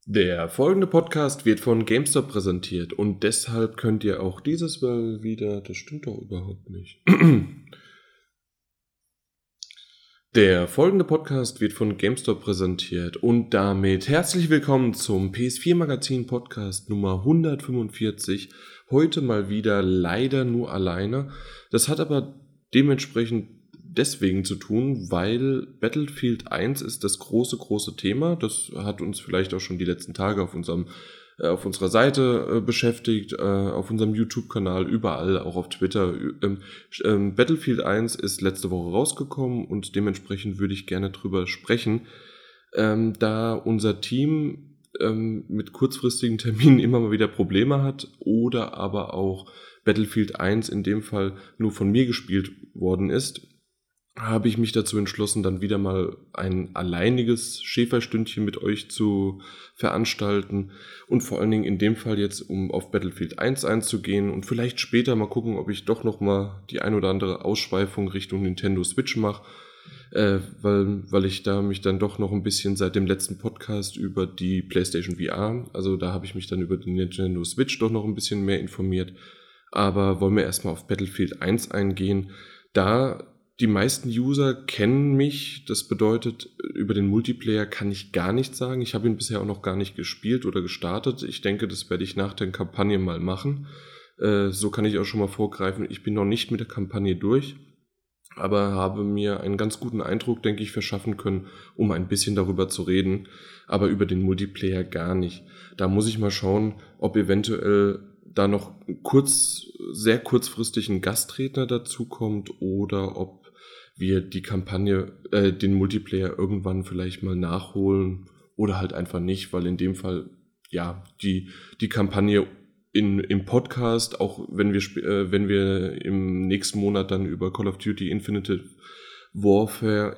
Der folgende Podcast wird von GameStop präsentiert und deshalb könnt ihr auch dieses Mal wieder... Das stimmt doch überhaupt nicht. Der folgende Podcast wird von GameStop präsentiert und damit herzlich willkommen zum PS4 Magazin Podcast Nummer 145. Heute mal wieder leider nur alleine. Das hat aber dementsprechend deswegen zu tun, weil Battlefield 1 ist das große Thema. Das hat uns vielleicht auch schon die letzten Tage auf unserer Seite beschäftigt, auf unserem YouTube-Kanal, überall, auch auf Twitter. Battlefield 1 ist letzte Woche rausgekommen und dementsprechend würde ich gerne drüber sprechen, da unser Team mit kurzfristigen Terminen immer mal wieder Probleme hat oder aber auch Battlefield 1 in dem Fall nur von mir gespielt worden ist, habe ich mich dazu entschlossen, dann wieder mal ein alleiniges Schäferstündchen mit euch zu veranstalten und vor allen Dingen in dem Fall jetzt, um auf Battlefield 1 einzugehen und vielleicht später mal gucken, ob ich doch noch mal die ein oder andere Ausschweifung Richtung Nintendo Switch mache, weil ich da mich dann doch noch ein bisschen seit dem letzten Podcast über die PlayStation VR, also da habe ich mich dann über die Nintendo Switch doch noch ein bisschen mehr informiert, aber wollen wir erstmal auf Battlefield 1 eingehen, da die meisten User kennen mich, das bedeutet, über den Multiplayer kann ich gar nichts sagen. Ich habe ihn bisher auch noch gar nicht gespielt oder gestartet. Ich denke, das werde ich nach der Kampagne mal machen. So kann ich auch schon mal vorgreifen. Ich bin noch nicht mit der Kampagne durch, aber habe mir einen ganz guten Eindruck, denke ich, verschaffen können, um ein bisschen darüber zu reden, aber über den Multiplayer gar nicht. Da muss ich mal schauen, ob eventuell da noch sehr kurzfristig ein Gastredner dazukommt oder ob wir die Kampagne, den Multiplayer irgendwann vielleicht mal nachholen oder halt einfach nicht, weil in dem Fall, ja, die Kampagne im Podcast, auch wenn wir im nächsten Monat dann über Call of Duty Infinite Warfare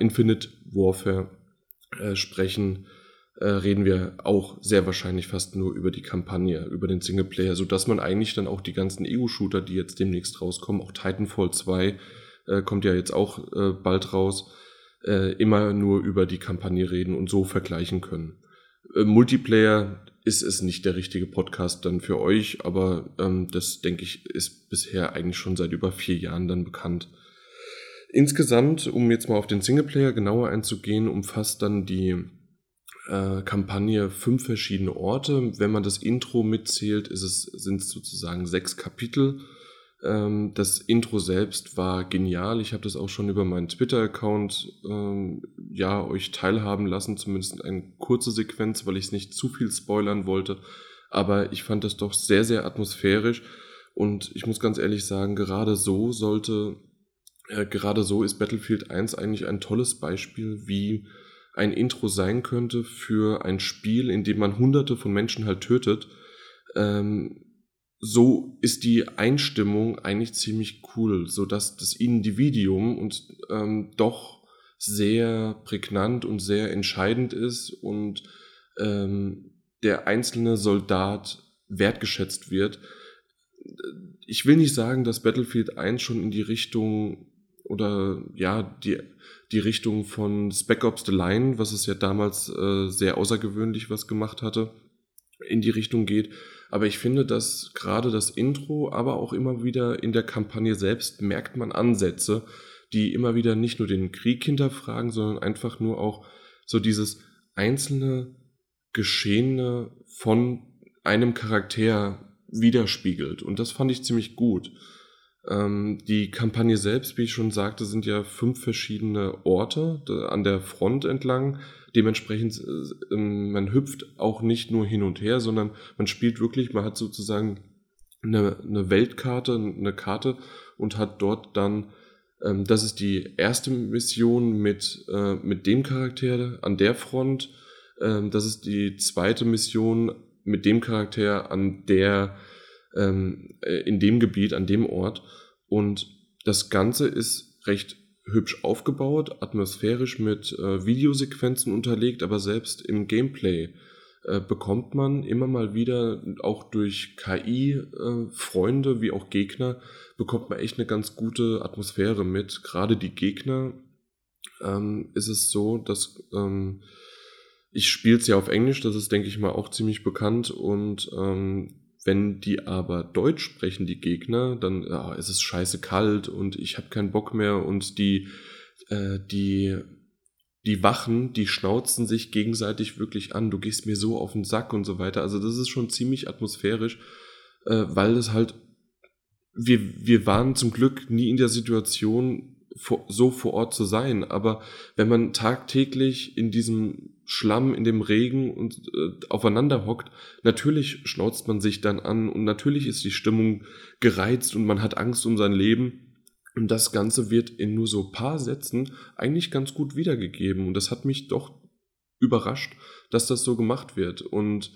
sprechen, reden wir auch sehr wahrscheinlich fast nur über die Kampagne, über den Singleplayer, sodass man eigentlich dann auch die ganzen Ego-Shooter, die jetzt demnächst rauskommen, auch Titanfall 2 kommt ja jetzt auch bald raus, immer nur über die Kampagne reden und so vergleichen können. Multiplayer ist es nicht der richtige Podcast dann für euch, aber das, denke ich, ist bisher eigentlich schon seit über 4 Jahren dann bekannt. Insgesamt, um jetzt mal auf den Singleplayer genauer einzugehen, umfasst dann die Kampagne 5 verschiedene Orte. Wenn man das Intro mitzählt, sind es sozusagen 6 Kapitel. Das Intro selbst war genial. Ich habe das auch schon über meinen Twitter-Account euch teilhaben lassen, zumindest eine kurze Sequenz, weil ich es nicht zu viel spoilern wollte. Aber ich fand das doch sehr, sehr atmosphärisch und ich muss ganz ehrlich sagen, gerade so ist Battlefield 1 eigentlich ein tolles Beispiel, wie ein Intro sein könnte für ein Spiel, in dem man Hunderte von Menschen halt tötet. So ist die Einstimmung eigentlich ziemlich cool, sodass das Individuum und doch sehr prägnant und sehr entscheidend ist und der einzelne Soldat wertgeschätzt wird. Ich will nicht sagen, dass Battlefield 1 schon in die Richtung oder ja, die Richtung von Spec Ops The Line, was es ja damals sehr außergewöhnlich was gemacht hatte, in die Richtung geht. Aber ich finde, dass gerade das Intro, aber auch immer wieder in der Kampagne selbst merkt man Ansätze, die immer wieder nicht nur den Krieg hinterfragen, sondern einfach nur auch so dieses einzelne Geschehene von einem Charakter widerspiegelt. Und das fand ich ziemlich gut. Die Kampagne selbst, wie ich schon sagte, sind ja 5 verschiedene Orte an der Front entlang. Dementsprechend, man hüpft auch nicht nur hin und her, sondern man spielt wirklich, man hat sozusagen eine Weltkarte, eine Karte und hat dort dann, das ist die erste Mission mit dem Charakter an der Front, das ist die zweite Mission mit dem Charakter in dem Gebiet, an dem Ort. Und das Ganze ist recht hübsch aufgebaut, atmosphärisch mit Videosequenzen unterlegt, aber selbst im Gameplay bekommt man immer mal wieder, auch durch KI, Freunde wie auch Gegner, bekommt man echt eine ganz gute Atmosphäre mit. Gerade die Gegner ist es so, dass Ich spiele es ja auf Englisch, das ist, denke ich mal, auch ziemlich bekannt. Und wenn die aber Deutsch sprechen, die Gegner, dann ist es scheiße kalt und ich habe keinen Bock mehr. Und die Wachen, die schnauzen sich gegenseitig wirklich an. Du gehst mir so auf den Sack und so weiter. Also das ist schon ziemlich atmosphärisch, weil es halt, wir waren zum Glück nie in der Situation, so vor Ort zu sein. Aber wenn man tagtäglich in diesem Schlamm, in dem Regen und aufeinander hockt, natürlich schnauzt man sich dann an und natürlich ist die Stimmung gereizt und man hat Angst um sein Leben. Und das Ganze wird in nur so ein paar Sätzen eigentlich ganz gut wiedergegeben. Und das hat mich doch überrascht, dass das so gemacht wird. Und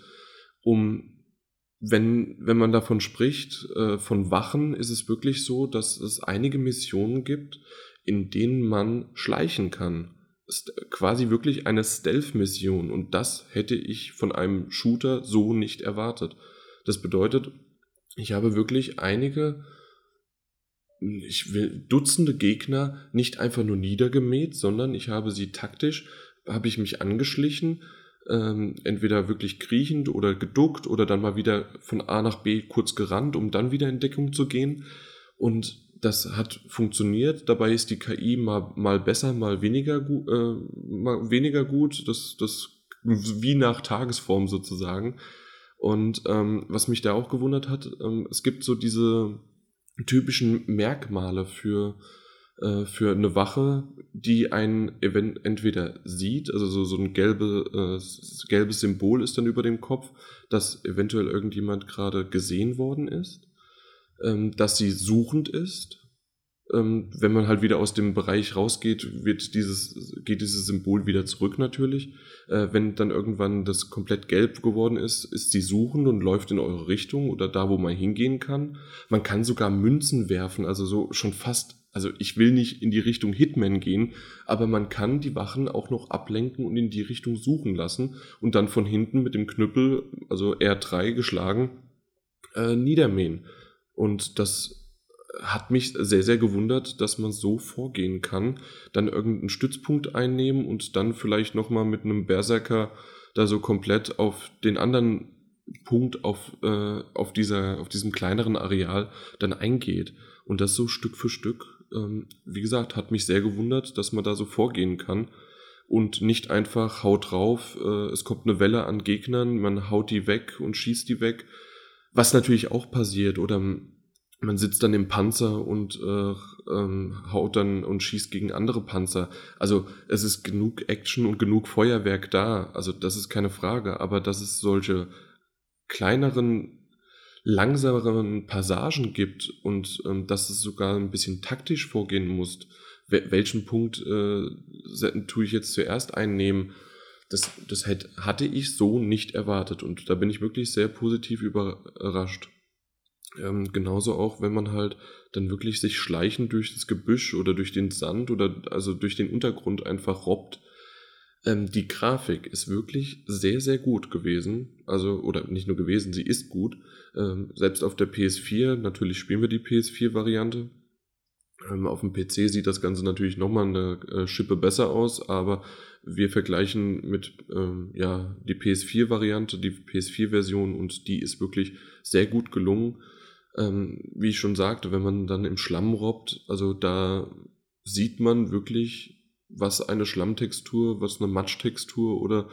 wenn man davon spricht, von Wachen, ist es wirklich so, dass es einige Missionen gibt, in denen man schleichen kann. Ist quasi wirklich eine Stealth-Mission. Und das hätte ich von einem Shooter so nicht erwartet. Das bedeutet, ich habe wirklich Dutzende Gegner nicht einfach nur niedergemäht, sondern ich habe sie taktisch, habe ich mich angeschlichen, entweder wirklich kriechend oder geduckt oder dann mal wieder von A nach B kurz gerannt, um dann wieder in Deckung zu gehen. Und das hat funktioniert. Dabei ist die KI mal besser, mal weniger gut. Das wie nach Tagesform sozusagen. Und was mich da auch gewundert hat, es gibt so diese typischen Merkmale für eine Wache, die ein Event entweder sieht, also so ein gelbes Symbol ist dann über dem Kopf, dass eventuell irgendjemand gerade gesehen worden ist, dass sie suchend ist. Wenn man halt wieder aus dem Bereich rausgeht, geht dieses Symbol wieder zurück natürlich. Wenn dann irgendwann das komplett gelb geworden ist sie suchend und läuft in eure Richtung oder da, wo man hingehen kann. Man kann sogar Münzen werfen, also so schon fast, also ich will nicht in die Richtung Hitman gehen, aber man kann die Wachen auch noch ablenken und in die Richtung suchen lassen und dann von hinten mit dem Knüppel, also R3 geschlagen, niedermähen. Und das hat mich sehr, sehr gewundert, dass man so vorgehen kann, dann irgendeinen Stützpunkt einnehmen und dann vielleicht nochmal mit einem Berserker da so komplett auf den anderen Punkt auf diesem kleineren Areal dann eingeht. Und das so Stück für Stück, wie gesagt, hat mich sehr gewundert, dass man da so vorgehen kann und nicht einfach haut drauf, es kommt eine Welle an Gegnern, man haut die weg und schießt die weg, was natürlich auch passiert, oder man sitzt dann im Panzer und haut dann und schießt gegen andere Panzer. Also es ist genug Action und genug Feuerwerk da. Also das ist keine Frage. Aber dass es solche kleineren, langsameren Passagen gibt und dass es sogar ein bisschen taktisch vorgehen muss, welchen Punkt tue ich jetzt zuerst einnehmen, das hatte ich so nicht erwartet. Und da bin ich wirklich sehr positiv überrascht. Genauso auch, wenn man halt dann wirklich sich schleichend durch das Gebüsch oder durch den Sand oder also durch den Untergrund einfach robbt. Die Grafik ist wirklich sehr, sehr gut gewesen. Also, oder nicht nur gewesen, sie ist gut. Selbst auf der PS4, natürlich spielen wir die PS4-Variante. Auf dem PC sieht das Ganze natürlich nochmal eine Schippe besser aus, aber wir vergleichen mit die PS4-Variante, die PS4-Version, und die ist wirklich sehr gut gelungen. Wie ich schon sagte, wenn man dann im Schlamm robbt, also da sieht man wirklich, was eine Schlammtextur, was eine Matschtextur oder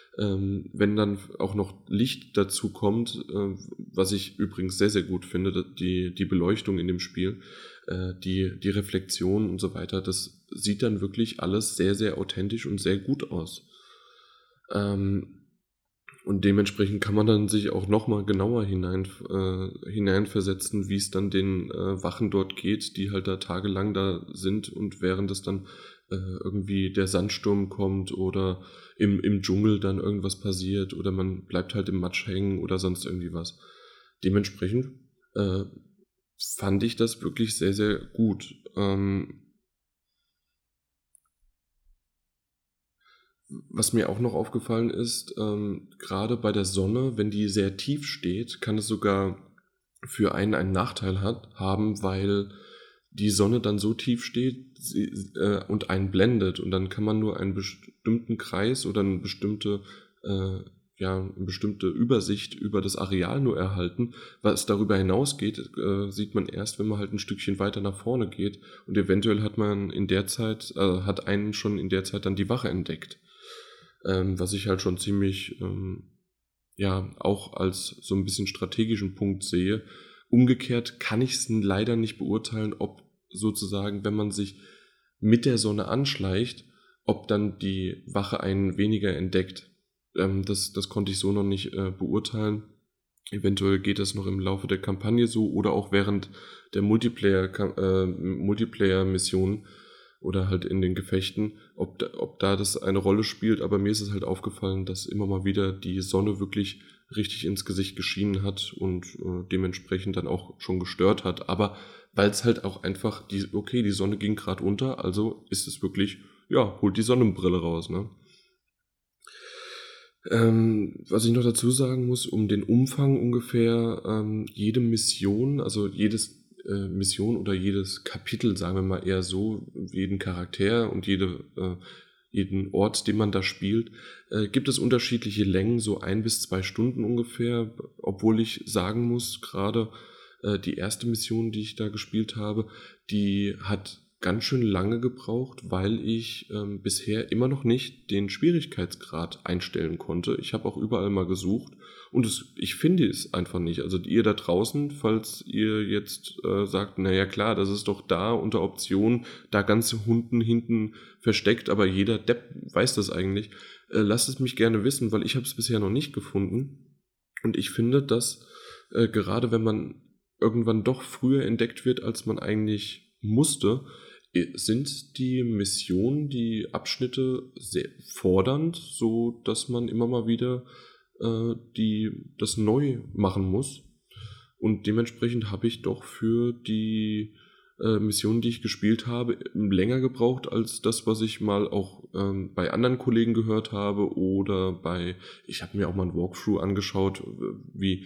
wenn dann auch noch Licht dazu kommt, was ich übrigens sehr, sehr gut finde, die Beleuchtung in dem Spiel, die Reflexion und so weiter, das sieht dann wirklich alles sehr, sehr authentisch und sehr gut aus. Und dementsprechend kann man dann sich auch nochmal genauer hineinversetzen, wie es dann den Wachen dort geht, die halt da tagelang da sind und während es dann irgendwie der Sandsturm kommt oder im Dschungel dann irgendwas passiert oder man bleibt halt im Matsch hängen oder sonst irgendwie was. Dementsprechend fand ich das wirklich sehr, sehr gut. Was mir auch noch aufgefallen ist, gerade bei der Sonne, wenn die sehr tief steht, kann es sogar für einen Nachteil haben, weil die Sonne dann so tief steht und einen blendet und dann kann man nur einen bestimmten Kreis oder eine bestimmte Übersicht über das Areal nur erhalten. Was darüber hinausgeht, sieht man erst, wenn man halt ein Stückchen weiter nach vorne geht und eventuell hat einen schon in der Zeit dann die Wache entdeckt. Was ich halt schon ziemlich auch als so ein bisschen strategischen Punkt sehe. Umgekehrt kann ich es leider nicht beurteilen, ob sozusagen, wenn man sich mit der Sonne anschleicht, ob dann die Wache einen weniger entdeckt. Das konnte ich so noch nicht beurteilen. Eventuell geht das noch im Laufe der Kampagne so oder auch während der Multiplayer-Missionen oder halt in den Gefechten, ob da das eine Rolle spielt. Aber mir ist es halt aufgefallen, dass immer mal wieder die Sonne wirklich richtig ins Gesicht geschienen hat und dementsprechend dann auch schon gestört hat. Aber weil es halt auch einfach, die Sonne ging gerade unter, also ist es wirklich, holt die Sonnenbrille raus, ne? Was ich noch dazu sagen muss, um den Umfang ungefähr, jede Mission, also jedes Mission oder jedes Kapitel, sagen wir mal eher so, jeden Charakter und jeden Ort, den man da spielt, gibt es unterschiedliche Längen, so 1 bis 2 Stunden ungefähr, obwohl ich sagen muss, gerade die erste Mission, die ich da gespielt habe, die hat ganz schön lange gebraucht, weil ich bisher immer noch nicht den Schwierigkeitsgrad einstellen konnte. Ich habe auch überall mal gesucht und ich finde es einfach nicht. Also ihr da draußen, falls ihr jetzt sagt, naja klar, das ist doch da unter Option, da ganz hinten versteckt, aber jeder Depp weiß das eigentlich, lasst es mich gerne wissen, weil ich habe es bisher noch nicht gefunden. Und ich finde, dass gerade wenn man irgendwann doch früher entdeckt wird, als man eigentlich musste, sind die Missionen, die Abschnitte sehr fordernd, so dass man immer mal wieder das neu machen muss. Und dementsprechend habe ich doch für die Missionen, die ich gespielt habe, länger gebraucht als das, was ich mal auch bei anderen Kollegen gehört habe oder ich habe mir auch mal ein Walkthrough angeschaut, wie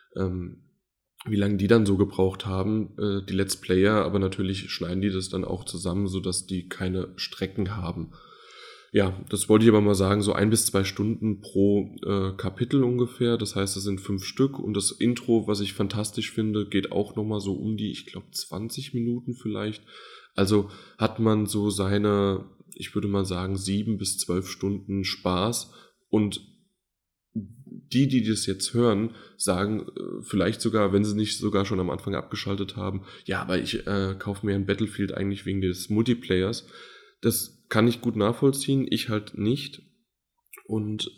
lange die dann so gebraucht haben, die Let's Player, aber natürlich schneiden die das dann auch zusammen, sodass die keine Strecken haben. Ja, das wollte ich aber mal sagen, so 1 bis 2 Stunden pro Kapitel ungefähr, das heißt, es sind 5 Stück und das Intro, was ich fantastisch finde, geht auch nochmal so um die, ich glaube 20 Minuten vielleicht, also hat man so seine, ich würde mal sagen, 7 bis 12 Stunden Spaß und die das jetzt hören, sagen vielleicht sogar, wenn sie nicht sogar schon am Anfang abgeschaltet haben, ja, aber ich kaufe mir ein Battlefield eigentlich wegen des Multiplayers. Das kann ich gut nachvollziehen, ich halt nicht. Und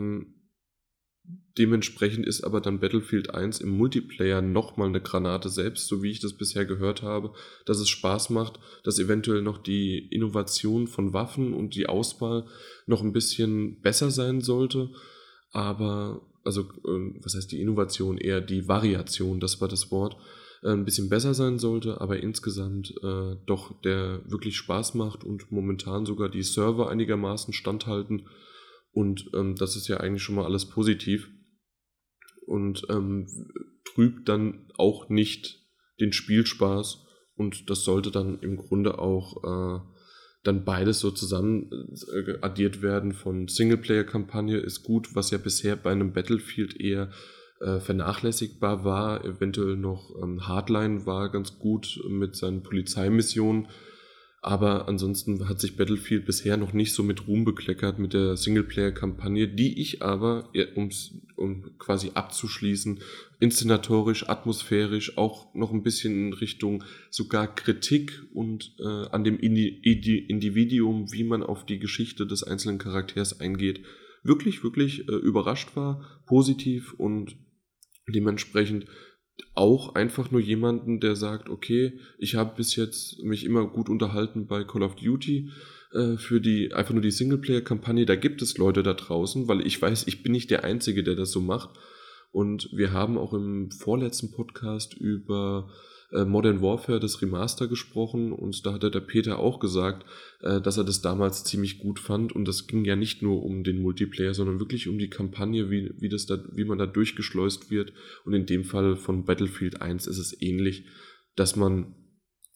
dementsprechend ist aber dann Battlefield 1 im Multiplayer nochmal eine Granate selbst, so wie ich das bisher gehört habe, dass es Spaß macht, dass eventuell noch die Innovation von Waffen und die Auswahl noch ein bisschen besser sein sollte. Aber, also, was heißt die Innovation? Eher die Variation, das war das Wort, ein bisschen besser sein sollte, aber insgesamt doch der wirklich Spaß macht und momentan sogar die Server einigermaßen standhalten. Und das ist ja eigentlich schon mal alles positiv und trübt dann auch nicht den Spielspaß. Und das sollte dann im Grunde auch dann beides so zusammen addiert werden. Von Singleplayer-Kampagne ist gut, was ja bisher bei einem Battlefield eher vernachlässigbar war. Eventuell noch Hardline war ganz gut mit seinen Polizeimissionen. Aber ansonsten hat sich Battlefield bisher noch nicht so mit Ruhm bekleckert mit der Singleplayer-Kampagne, die ich aber, um quasi abzuschließen, inszenatorisch, atmosphärisch auch noch ein bisschen in Richtung sogar Kritik und an dem Individuum, wie man auf die Geschichte des einzelnen Charakters eingeht, wirklich, wirklich überrascht war, positiv und dementsprechend auch einfach nur jemanden, der sagt, okay, ich habe bis jetzt mich immer gut unterhalten bei Call of Duty für einfach nur die Singleplayer-Kampagne. Da gibt es Leute da draußen, weil ich weiß, ich bin nicht der Einzige, der das so macht. Und wir haben auch im vorletzten Podcast über Modern Warfare, das Remaster, gesprochen und da hatte der Peter auch gesagt, dass er das damals ziemlich gut fand und das ging ja nicht nur um den Multiplayer, sondern wirklich um die Kampagne, wie man da durchgeschleust wird und in dem Fall von Battlefield 1 ist es ähnlich, dass man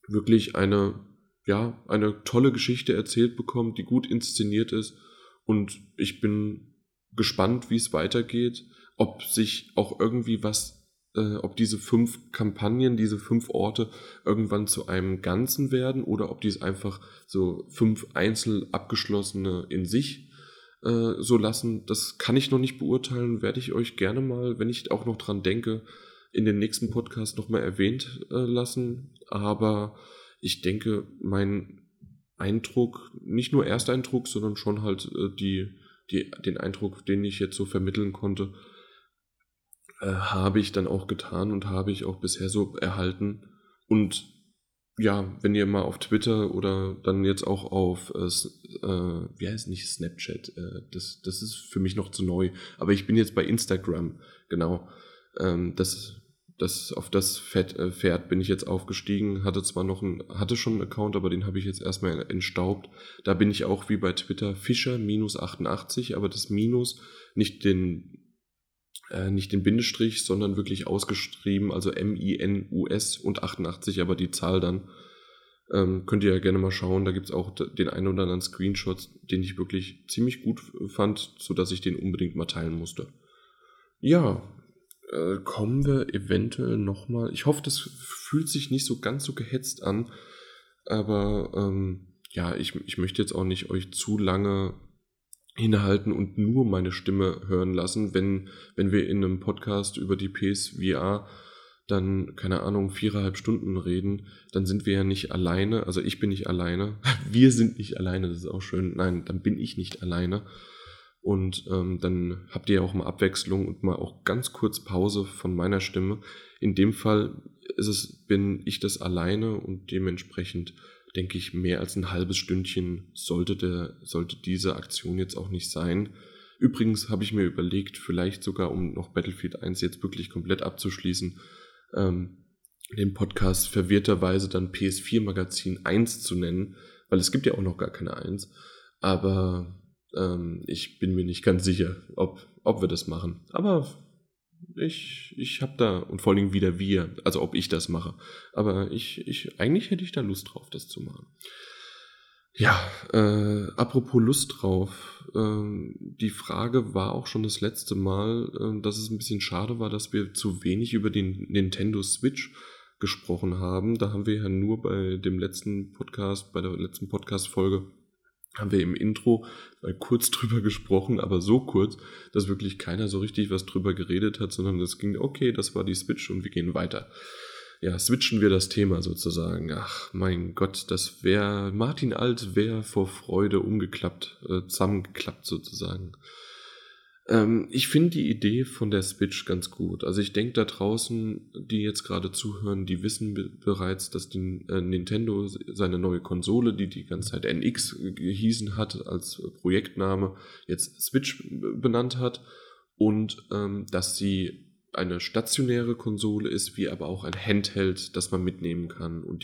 wirklich eine tolle Geschichte erzählt bekommt, die gut inszeniert ist, und ich bin gespannt, wie es weitergeht, ob sich auch irgendwie ob diese 5 Kampagnen, diese 5 Orte irgendwann zu einem Ganzen werden oder ob die es einfach so 5 einzeln abgeschlossene in sich so lassen. Das kann ich noch nicht beurteilen, werde ich euch gerne mal, wenn ich auch noch dran denke, in den nächsten Podcast nochmal erwähnt lassen. Aber ich denke, mein Eindruck, nicht nur Ersteindruck, sondern schon halt den Eindruck, den ich jetzt so vermitteln konnte, habe ich dann auch getan und habe ich auch bisher so erhalten. Und ja, wenn ihr mal auf Twitter oder dann jetzt auch auf, wie heißt nicht Snapchat, das ist für mich noch zu neu, aber ich bin jetzt bei Instagram, genau, auf das Pferd bin ich jetzt aufgestiegen, hatte schon einen Account, aber den habe ich jetzt erstmal entstaubt. Da bin ich auch wie bei Twitter Fischer-88, aber das Minus, nicht den Bindestrich, sondern wirklich ausgeschrieben, also MINUS und 88, aber die Zahl dann. Könnt ihr ja gerne mal schauen, da gibt es auch den einen oder anderen Screenshot, den ich wirklich ziemlich gut fand, sodass ich den unbedingt mal teilen musste. Ja, kommen wir eventuell nochmal, ich hoffe, das fühlt sich nicht so ganz so gehetzt an, aber ich möchte jetzt auch nicht euch zu lange hinhalten und nur meine Stimme hören lassen, wenn wir in einem Podcast über die PSVR dann, keine Ahnung, 4,5 Stunden reden, dann sind wir ja nicht alleine, also ich bin nicht alleine, wir sind nicht alleine, das ist auch schön, nein, dann bin ich nicht alleine und dann habt ihr ja auch mal Abwechslung und mal auch ganz kurz Pause von meiner Stimme. In dem Fall bin ich das alleine und dementsprechend denke ich, mehr als ein halbes Stündchen sollte diese Aktion jetzt auch nicht sein. Übrigens habe ich mir überlegt, vielleicht sogar, um noch Battlefield 1 jetzt wirklich komplett abzuschließen, den Podcast verwirrterweise dann PS4 Magazin 1 zu nennen, weil es gibt ja auch noch gar keine 1. Aber ich bin mir nicht ganz sicher, ob wir das machen. Aber ich habe da, und vor allem wieder also ob ich das mache. Aber eigentlich hätte ich da Lust drauf, das zu machen. Ja, apropos Lust drauf, die Frage war auch schon das letzte Mal, dass es ein bisschen schade war, dass wir zu wenig über den Nintendo Switch gesprochen haben. Da haben wir ja nur bei der letzten Podcast-Folge, haben wir im Intro mal kurz drüber gesprochen, aber so kurz, dass wirklich keiner so richtig was drüber geredet hat, sondern es ging, okay, das war die Switch und wir gehen weiter. Ja, switchen wir das Thema sozusagen. Ach, mein Gott, Martin Alt wäre vor Freude zusammengeklappt sozusagen. Ich finde die Idee von der Switch ganz gut. Also ich denke, da draußen, die jetzt gerade zuhören, die wissen bereits, dass die Nintendo seine neue Konsole, die ganze Zeit NX gehießen hat als Projektname, jetzt Switch benannt hat und dass sie eine stationäre Konsole ist, wie aber auch ein Handheld, das man mitnehmen kann. Und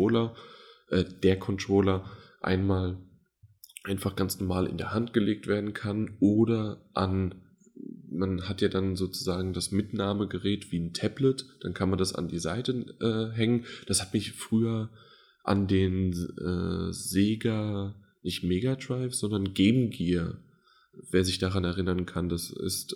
der Controller einmal einfach ganz normal in der Hand gelegt werden kann oder man hat ja dann sozusagen das Mitnahmegerät wie ein Tablet, dann kann man das an die Seite hängen. Das hat mich früher an den Sega, nicht Mega Drive, sondern Game Gear, wer sich daran erinnern kann, das ist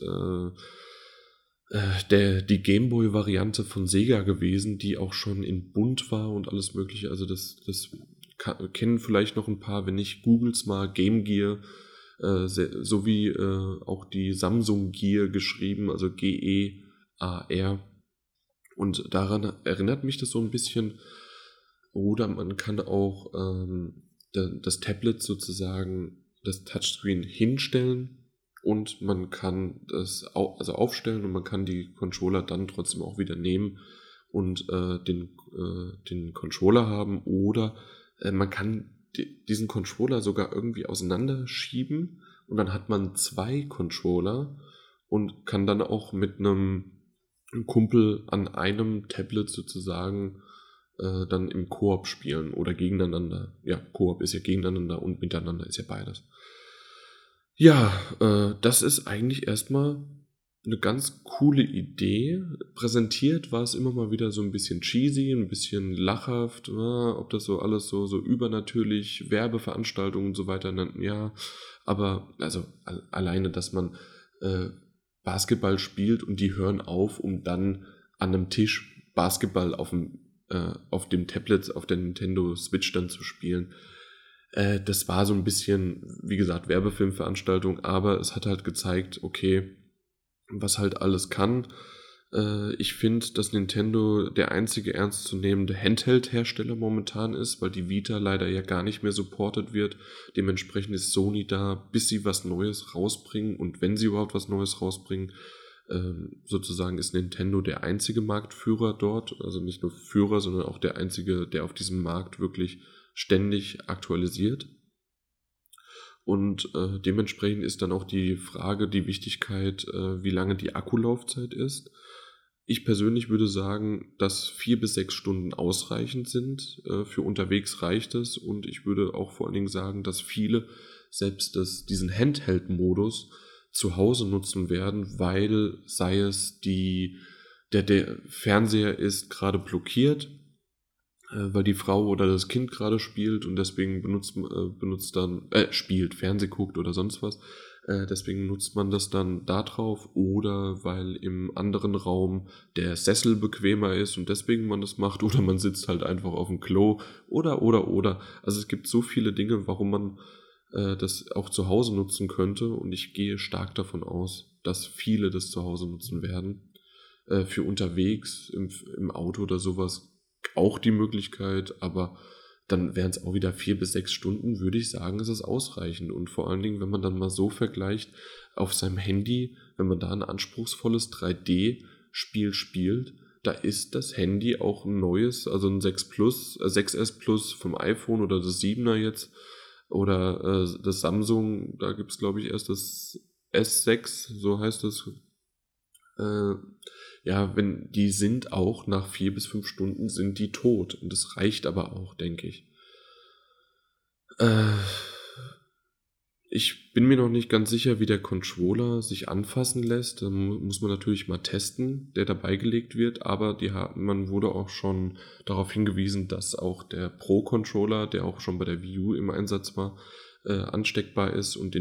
die Gameboy-Variante von Sega gewesen, die auch schon in bunt war und alles mögliche. Also das kennen vielleicht noch ein paar, wenn nicht, googles mal Game Gear, sowie auch die Samsung Gear geschrieben, also Gear. Und daran erinnert mich das so ein bisschen. Oder man kann auch das Tablet sozusagen, das Touchscreen hinstellen und man kann das aufstellen und man kann die Controller dann trotzdem auch wieder nehmen und den Controller haben, oder man kann diesen Controller sogar irgendwie auseinanderschieben und dann hat man 2 Controller und kann dann auch mit einem Kumpel an einem Tablet sozusagen dann im Koop spielen oder gegeneinander. Ja, Koop ist ja gegeneinander und miteinander ist ja beides. Ja, das ist eigentlich erstmal eine ganz coole Idee. Präsentiert war es immer mal wieder so ein bisschen cheesy, ein bisschen lachhaft, ob das so alles so übernatürlich, Werbeveranstaltungen und so weiter nannten, ja. Aber also alleine, dass man Basketball spielt und die hören auf, um dann an einem Tisch Basketball auf dem Tablet, auf der Nintendo Switch dann zu spielen. Das war so ein bisschen, wie gesagt, Werbefilmveranstaltung, aber es hat halt gezeigt, okay, was halt alles kann. Ich finde, dass Nintendo der einzige ernstzunehmende Handheld-Hersteller momentan ist, weil die Vita leider ja gar nicht mehr supported wird. Dementsprechend ist Sony da, bis sie was Neues rausbringen, und wenn sie überhaupt was Neues rausbringen, sozusagen ist Nintendo der einzige Marktführer dort. Also nicht nur Führer, sondern auch der einzige, der auf diesem Markt wirklich ständig aktualisiert. Und dementsprechend ist dann auch die Frage, die Wichtigkeit, wie lange die Akkulaufzeit ist. Ich persönlich würde sagen, dass 4 bis 6 Stunden ausreichend sind. Für unterwegs reicht es. Und ich würde auch vor allen Dingen sagen, dass viele selbst diesen Handheld-Modus zu Hause nutzen werden, weil sei es der Fernseher ist gerade blockiert, weil die Frau oder das Kind gerade spielt und deswegen spielt, Fernseh guckt oder sonst was. Deswegen nutzt man das dann da drauf, oder weil im anderen Raum der Sessel bequemer ist und deswegen man das macht, oder man sitzt halt einfach auf dem Klo oder. Also es gibt so viele Dinge, warum man das auch zu Hause nutzen könnte, und ich gehe stark davon aus, dass viele das zu Hause nutzen werden. Für unterwegs, im Auto oder sowas auch die Möglichkeit, aber dann wären es auch wieder 4 bis 6 Stunden, würde ich sagen, ist es ausreichend. Und vor allen Dingen, wenn man dann mal so vergleicht auf seinem Handy, wenn man da ein anspruchsvolles 3D-Spiel spielt, da ist das Handy auch ein neues, also ein 6S Plus vom iPhone oder das 7er jetzt, oder das Samsung, da gibt es glaube ich erst das S6, so heißt es. Wenn die sind auch nach 4 bis 5 Stunden sind die tot. Und das reicht aber auch, denke ich. Ich bin mir noch nicht ganz sicher, wie der Controller sich anfassen lässt. Da muss man natürlich mal testen, der dabei gelegt wird. Aber man wurde auch schon darauf hingewiesen, dass auch der Pro-Controller, der auch schon bei der Wii U im Einsatz war, ansteckbar ist, und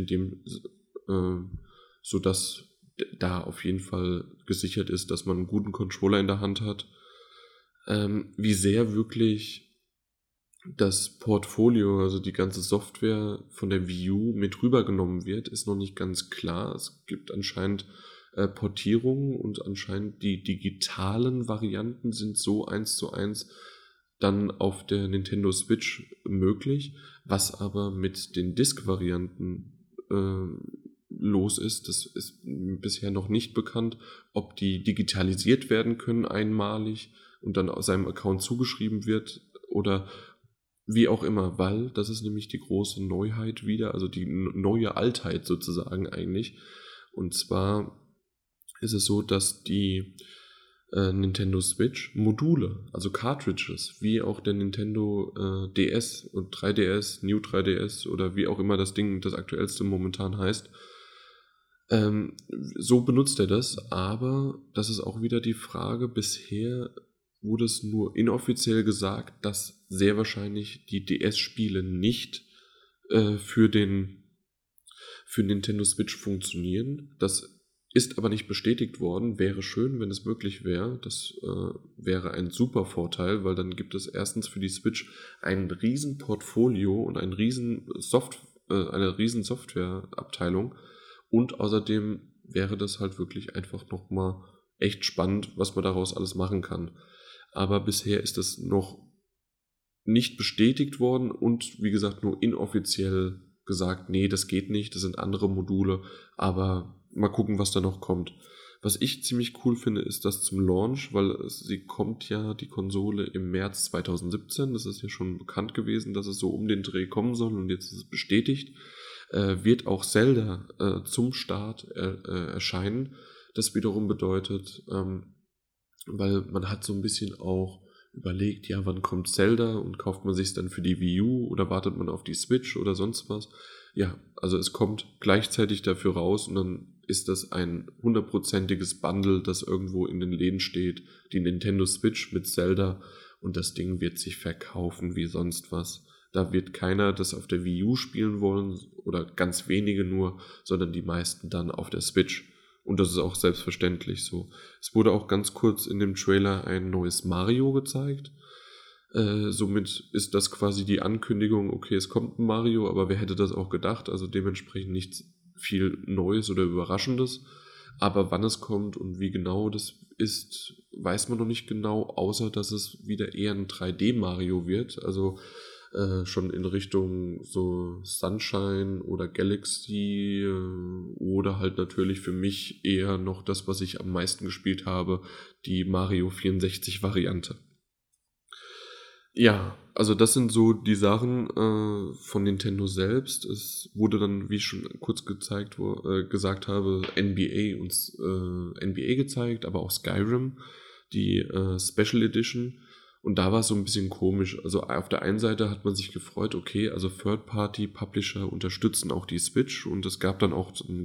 sodass da auf jeden Fall gesichert ist, dass man einen guten Controller in der Hand hat. Wie sehr wirklich das Portfolio, also die ganze Software von der Wii U mit rübergenommen wird, ist noch nicht ganz klar. Es gibt anscheinend Portierungen, und anscheinend die digitalen Varianten sind so 1:1 dann auf der Nintendo Switch möglich, was aber mit den Disk-Varianten los ist. Das ist bisher noch nicht bekannt, ob die digitalisiert werden können einmalig und dann aus seinem Account zugeschrieben wird oder wie auch immer, weil das ist nämlich die große Neuheit wieder, also die neue Altheit sozusagen eigentlich. Und zwar ist es so, dass die Nintendo Switch Module, also Cartridges, wie auch der Nintendo DS und 3DS, New 3DS oder wie auch immer das Ding, das aktuellste momentan heißt, so benutzt er das, aber das ist auch wieder die Frage, bisher wurde es nur inoffiziell gesagt, dass sehr wahrscheinlich die DS-Spiele nicht für Nintendo Switch funktionieren. Das ist aber nicht bestätigt worden. Wäre schön, wenn es möglich wäre. Das wäre ein super Vorteil, weil dann gibt es erstens für die Switch ein riesen Portfolio und eine riesen Softwareabteilung. Und außerdem wäre das halt wirklich einfach nochmal echt spannend, was man daraus alles machen kann. Aber bisher ist das noch nicht bestätigt worden und wie gesagt nur inoffiziell gesagt, nee, das geht nicht, das sind andere Module, aber mal gucken, was da noch kommt. Was ich ziemlich cool finde, ist das zum Launch, weil sie kommt ja, die Konsole, im März 2017, das ist ja schon bekannt gewesen, dass es so um den Dreh kommen soll, und jetzt ist es bestätigt. Wird auch Zelda zum Start erscheinen. Das wiederum bedeutet, weil man hat so ein bisschen auch überlegt, ja, wann kommt Zelda und kauft man sich dann für die Wii U oder wartet man auf die Switch oder sonst was. Ja, also es kommt gleichzeitig dafür raus, und dann ist das ein 100%iges Bundle, das irgendwo in den Läden steht, die Nintendo Switch mit Zelda, und das Ding wird sich verkaufen wie sonst was. Da wird keiner das auf der Wii U spielen wollen oder ganz wenige nur, sondern die meisten dann auf der Switch. Und das ist auch selbstverständlich so. Es wurde auch ganz kurz in dem Trailer ein neues Mario gezeigt. Somit ist das quasi die Ankündigung, okay, es kommt ein Mario, aber wer hätte das auch gedacht? Also dementsprechend nichts viel Neues oder Überraschendes. Aber wann es kommt und wie genau das ist, weiß man noch nicht genau, außer dass es wieder eher ein 3D-Mario wird. Also schon in Richtung so Sunshine oder Galaxy oder halt natürlich für mich eher noch das, was ich am meisten gespielt habe, die Mario 64 Variante. Ja, also das sind so die Sachen von Nintendo selbst. Es wurde dann, wie ich schon kurz gesagt habe, NBA gezeigt, aber auch Skyrim, die Special Edition. Und da war es so ein bisschen komisch. Also auf der einen Seite hat man sich gefreut, okay, also Third-Party-Publisher unterstützen auch die Switch, und es gab dann auch eine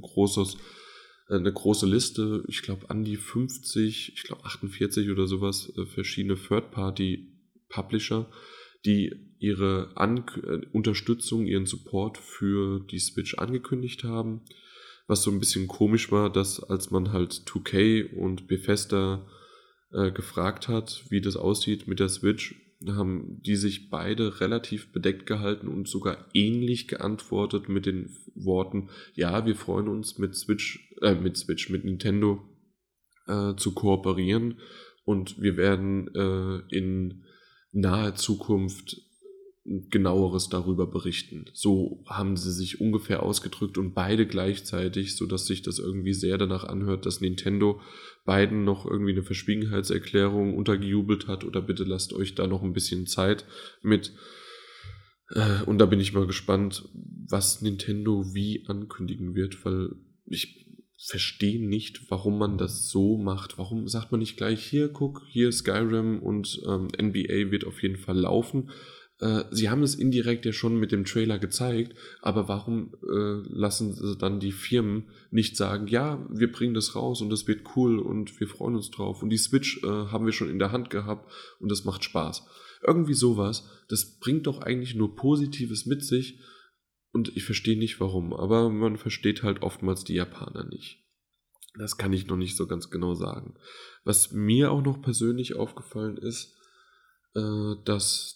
große Liste, ich glaube an die 50, ich glaube 48 oder sowas, verschiedene Third-Party-Publisher, die ihre Unterstützung, ihren Support für die Switch angekündigt haben. Was so ein bisschen komisch war, dass als man halt 2K und Bethesda gefragt hat, wie das aussieht mit der Switch, haben die sich beide relativ bedeckt gehalten und sogar ähnlich geantwortet mit den Worten, ja, wir freuen uns mit Nintendo zu kooperieren, und wir werden in naher Zukunft genaueres darüber berichten. So haben sie sich ungefähr ausgedrückt, und beide gleichzeitig, sodass sich das irgendwie sehr danach anhört, dass Nintendo beiden noch irgendwie eine Verschwiegenheitserklärung untergejubelt hat, oder bitte lasst euch da noch ein bisschen Zeit mit. Und da bin ich mal gespannt, was Nintendo wie ankündigen wird, weil ich verstehe nicht, warum man das so macht. Warum sagt man nicht gleich, hier, guck, hier Skyrim und NBA wird auf jeden Fall laufen. Sie haben es indirekt ja schon mit dem Trailer gezeigt, aber warum lassen sie dann die Firmen nicht sagen, ja, wir bringen das raus und das wird cool und wir freuen uns drauf und die Switch haben wir schon in der Hand gehabt und das macht Spaß. Irgendwie sowas, das bringt doch eigentlich nur Positives mit sich, und ich verstehe nicht warum, aber man versteht halt oftmals die Japaner nicht. Das kann ich noch nicht so ganz genau sagen. Was mir auch noch persönlich aufgefallen ist, dass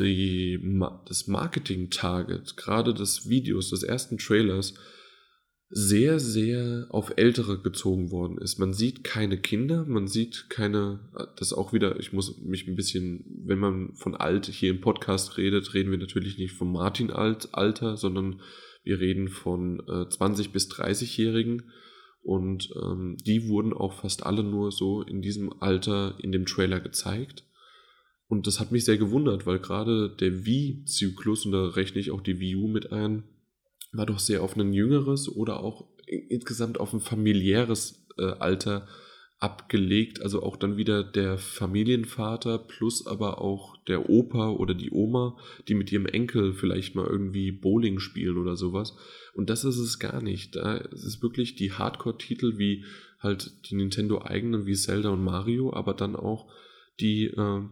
das Marketing-Target, gerade des Videos, des ersten Trailers, sehr, sehr auf Ältere gezogen worden ist. Man sieht keine Kinder, man sieht keine, das auch wieder, ich muss mich ein bisschen, wenn man von alt hier im Podcast redet, reden wir natürlich nicht von Martin-Alter, sondern wir reden von 20- bis 30-Jährigen, und die wurden auch fast alle nur so in diesem Alter in dem Trailer gezeigt. Und das hat mich sehr gewundert, weil gerade der Wii-Zyklus, und da rechne ich auch die Wii U mit ein, war doch sehr auf ein jüngeres oder auch insgesamt auf ein familiäres Alter abgelegt. Also auch dann wieder der Familienvater plus aber auch der Opa oder die Oma, die mit ihrem Enkel vielleicht mal irgendwie Bowling spielen oder sowas. Und das ist es gar nicht. Da ist es wirklich die Hardcore-Titel wie halt die Nintendo-eigenen wie Zelda und Mario, aber dann auch die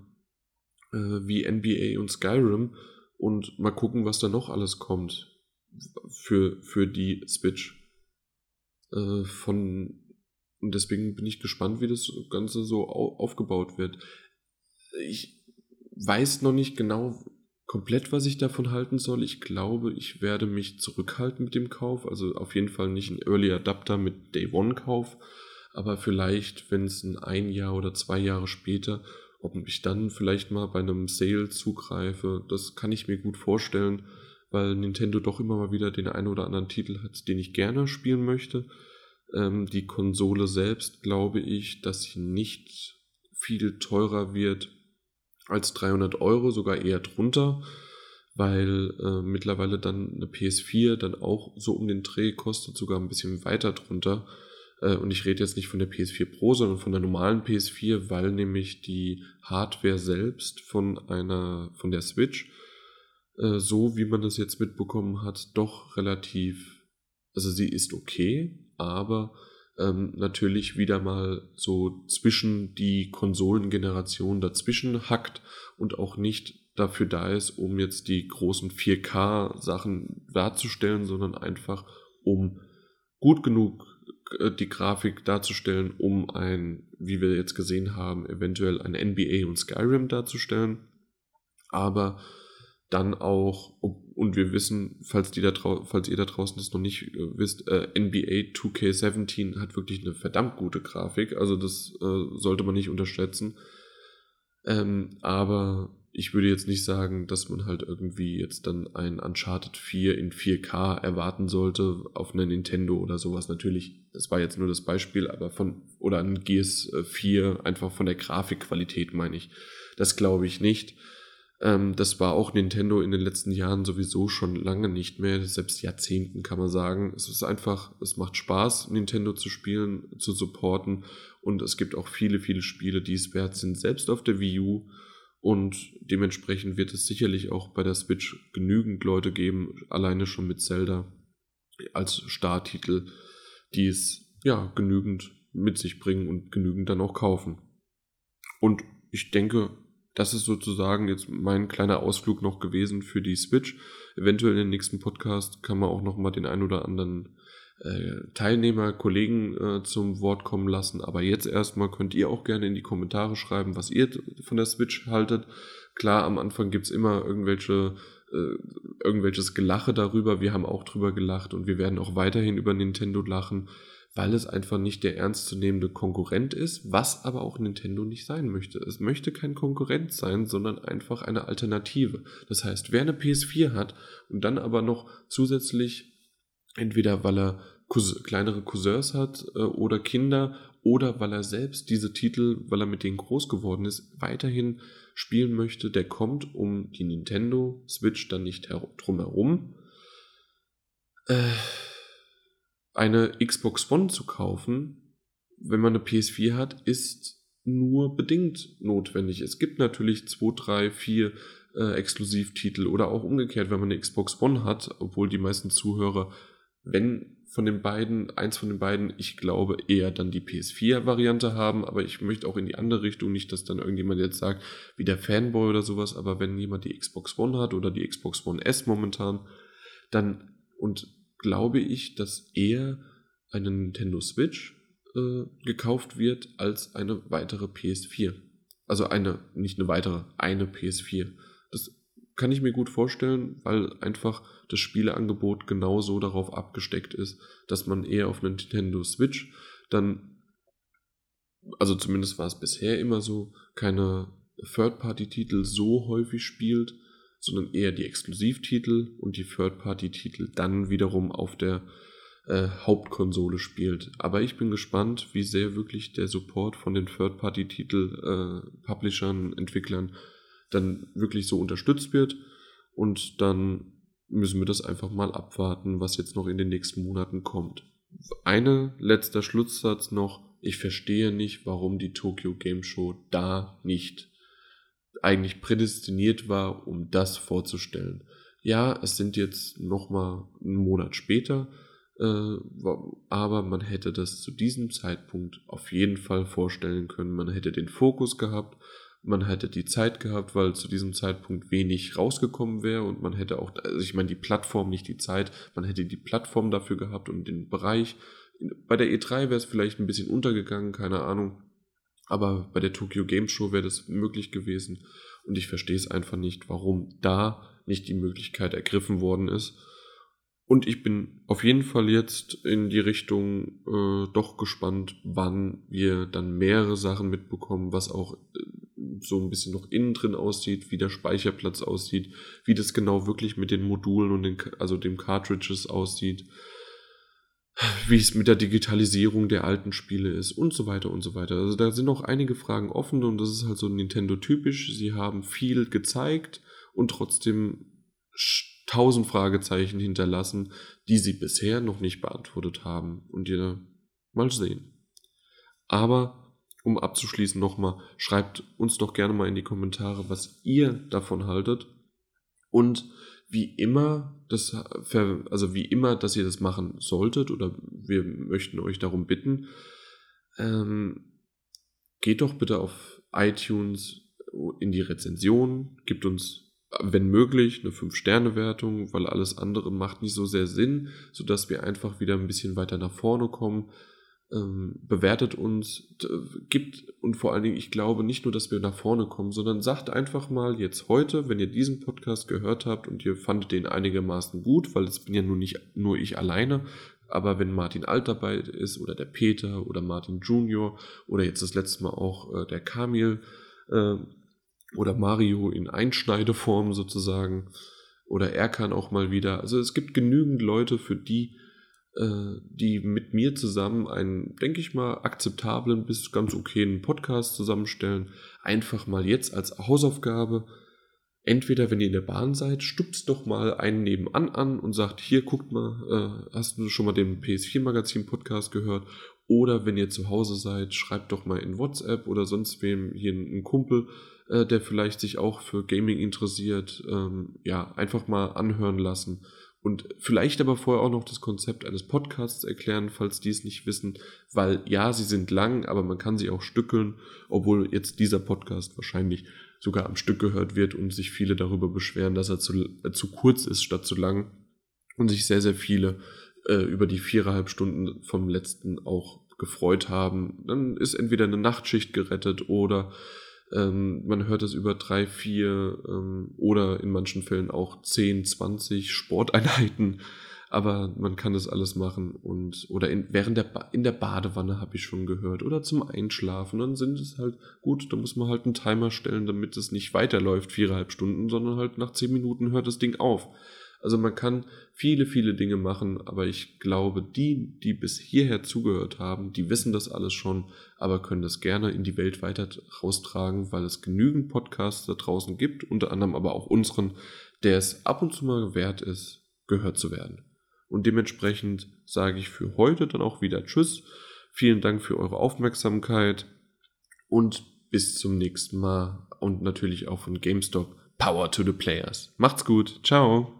wie NBA und Skyrim, und mal gucken, was da noch alles kommt für die Switch. Und deswegen bin ich gespannt, wie das Ganze so aufgebaut wird. Ich weiß noch nicht genau komplett, was ich davon halten soll. Ich glaube, ich werde mich zurückhalten mit dem Kauf. Also auf jeden Fall nicht ein Early Adapter mit Day One Kauf, aber vielleicht, wenn es ein Jahr oder 2 Jahre später, ob ich dann vielleicht mal bei einem Sale zugreife, das kann ich mir gut vorstellen, weil Nintendo doch immer mal wieder den einen oder anderen Titel hat, den ich gerne spielen möchte. Die Konsole selbst, glaube ich, dass sie nicht viel teurer wird als 300 €, sogar eher drunter, weil mittlerweile dann eine PS4 dann auch so um den Dreh kostet, sogar ein bisschen weiter drunter. Und ich rede jetzt nicht von der PS4 Pro, sondern von der normalen PS4, weil nämlich die Hardware selbst von der Switch, so wie man das jetzt mitbekommen hat, doch relativ, also sie ist okay, aber natürlich wieder mal so zwischen die Konsolengenerationen dazwischen hackt und auch nicht dafür da ist, um jetzt die großen 4K-Sachen darzustellen, sondern einfach um gut genug die Grafik darzustellen, um wie wir jetzt gesehen haben, eventuell ein NBA und Skyrim darzustellen. Aber dann auch, und wir wissen, falls ihr da draußen das noch nicht wisst, NBA 2K17 hat wirklich eine verdammt gute Grafik, also das sollte man nicht unterschätzen. Aber ich würde jetzt nicht sagen, dass man halt irgendwie jetzt dann ein Uncharted 4 in 4K erwarten sollte auf einer Nintendo oder sowas. Natürlich, das war jetzt nur das Beispiel, aber oder ein Gears 4, einfach von der Grafikqualität meine ich. Das glaube ich nicht. Das war auch Nintendo in den letzten Jahren sowieso schon lange nicht mehr, selbst Jahrzehnten kann man sagen. Es ist einfach, es macht Spaß, Nintendo zu spielen, zu supporten, und es gibt auch viele, viele Spiele, die es wert sind, selbst auf der Wii U, und dementsprechend wird es sicherlich auch bei der Switch genügend Leute geben, alleine schon mit Zelda als Starttitel, die es ja genügend mit sich bringen und genügend dann auch kaufen. Und ich denke, das ist sozusagen jetzt mein kleiner Ausflug noch gewesen für die Switch. Eventuell in den nächsten Podcast kann man auch noch mal den ein oder anderen Teilnehmer, Kollegen zum Wort kommen lassen. Aber jetzt erstmal könnt ihr auch gerne in die Kommentare schreiben, was ihr von der Switch haltet. Klar, am Anfang gibt es immer irgendwelches Gelache darüber. Wir haben auch drüber gelacht und wir werden auch weiterhin über Nintendo lachen, weil es einfach nicht der ernstzunehmende Konkurrent ist, was aber auch Nintendo nicht sein möchte. Es möchte kein Konkurrent sein, sondern einfach eine Alternative. Das heißt, wer eine PS4 hat und dann aber noch zusätzlich, entweder weil er kleinere Cousins hat oder Kinder, oder weil er selbst diese Titel, weil er mit denen groß geworden ist, weiterhin spielen möchte, der kommt um die Nintendo Switch dann nicht drum herum. Eine Xbox One zu kaufen, wenn man eine PS4 hat, ist nur bedingt notwendig. Es gibt natürlich 2, 3, 4 Exklusivtitel oder auch umgekehrt, wenn man eine Xbox One hat, obwohl die meisten Zuhörer, wenn eins von den beiden, ich glaube, eher dann die PS4-Variante haben, aber ich möchte auch in die andere Richtung, nicht, dass dann irgendjemand jetzt sagt, wie der Fanboy oder sowas, aber wenn jemand die Xbox One hat oder die Xbox One S momentan, dann, und glaube ich, dass eher eine Nintendo Switch gekauft wird als eine weitere PS4. Also nicht eine weitere, eine PS4. Das kann ich mir gut vorstellen, weil einfach das Spieleangebot genau so darauf abgesteckt ist, dass man eher auf eine Nintendo Switch dann, also zumindest war es bisher immer so, keine Third-Party-Titel so häufig spielt, sondern eher die Exklusivtitel und die Third-Party-Titel dann wiederum auf der Hauptkonsole spielt. Aber ich bin gespannt, wie sehr wirklich der Support von den Third-Party-Titel-Publishern, Entwicklern dann wirklich so unterstützt wird, und dann müssen wir das einfach mal abwarten, was jetzt noch in den nächsten Monaten kommt. Letzter Schlusssatz noch: Ich verstehe nicht, warum die Tokyo Game Show da nicht eigentlich prädestiniert war, um das vorzustellen. Ja, es sind jetzt nochmal einen Monat später, aber man hätte das zu diesem Zeitpunkt auf jeden Fall vorstellen können. Man hätte den Fokus gehabt, man hätte die Zeit gehabt, weil zu diesem Zeitpunkt wenig rausgekommen wäre, und man hätte auch, also ich meine die Plattform, nicht die Zeit, man hätte die Plattform dafür gehabt und den Bereich. Bei der E3 wäre es vielleicht ein bisschen untergegangen, keine Ahnung, aber bei der Tokyo Game Show wäre das möglich gewesen, und ich verstehe es einfach nicht, warum da nicht die Möglichkeit ergriffen worden ist. Und ich bin auf jeden Fall jetzt in die Richtung doch gespannt, wann wir dann mehrere Sachen mitbekommen, was auch so ein bisschen noch innen drin aussieht, wie der Speicherplatz aussieht, wie das genau wirklich mit den Modulen und dem Cartridges aussieht, wie es mit der Digitalisierung der alten Spiele ist und so weiter und so weiter. Also da sind noch einige Fragen offen, und das ist halt so Nintendo-typisch. Sie haben viel gezeigt und trotzdem 1000 Fragezeichen hinterlassen, die sie bisher noch nicht beantwortet haben. Und ihr mal sehen. Aber um abzuschließen nochmal, schreibt uns doch gerne mal in die Kommentare, was ihr davon haltet und wie immer, dass ihr das machen solltet oder wir möchten euch darum bitten, geht doch bitte auf iTunes in die Rezension, gibt uns, wenn möglich, eine 5-Sterne-Wertung, weil alles andere macht nicht so sehr Sinn, sodass wir einfach wieder ein bisschen weiter nach vorne kommen. Bewertet uns, gibt, und vor allen Dingen, ich glaube nicht nur, dass wir nach vorne kommen, sondern sagt einfach mal jetzt heute, wenn ihr diesen Podcast gehört habt und ihr fandet den einigermaßen gut, weil es bin ja nicht nur ich alleine, aber wenn Martin Alt dabei ist oder der Peter oder Martin Junior oder jetzt das letzte Mal auch der Kamil oder Mario in Einschneideform sozusagen oder Erkan auch mal wieder, also es gibt genügend Leute, für die mit mir zusammen einen, denke ich mal, akzeptablen bis ganz okayen Podcast zusammenstellen. Einfach mal jetzt als Hausaufgabe, entweder wenn ihr in der Bahn seid, stupst doch mal einen nebenan an und sagt, hier, guckt mal, hast du schon mal den PS4-Magazin-Podcast gehört? Oder wenn ihr zu Hause seid, schreibt doch mal in WhatsApp oder sonst wem hier einen Kumpel, der vielleicht sich auch für Gaming interessiert, einfach mal anhören lassen. Und vielleicht aber vorher auch noch das Konzept eines Podcasts erklären, falls die es nicht wissen, weil ja, sie sind lang, aber man kann sie auch stückeln, obwohl jetzt dieser Podcast wahrscheinlich sogar am Stück gehört wird und sich viele darüber beschweren, dass er zu kurz ist statt zu lang und sich sehr, sehr viele über die 4,5 Stunden vom letzten auch gefreut haben. Dann ist entweder eine Nachtschicht gerettet oder man hört es über 3, 4 oder in manchen Fällen auch 10, 20 Sporteinheiten, aber man kann das alles machen in der Badewanne habe ich schon gehört oder zum Einschlafen, dann sind es halt gut, da muss man halt einen Timer stellen, damit es nicht weiterläuft 4,5 Stunden, sondern halt nach 10 Minuten hört das Ding auf. Also man kann viele, viele Dinge machen, aber ich glaube, die bis hierher zugehört haben, die wissen das alles schon, aber können das gerne in die Welt weiter raustragen, weil es genügend Podcasts da draußen gibt, unter anderem aber auch unseren, der es ab und zu mal wert ist, gehört zu werden. Und dementsprechend sage ich für heute dann auch wieder Tschüss, vielen Dank für eure Aufmerksamkeit und bis zum nächsten Mal und natürlich auch von GameStop. Power to the Players. Macht's gut. Ciao.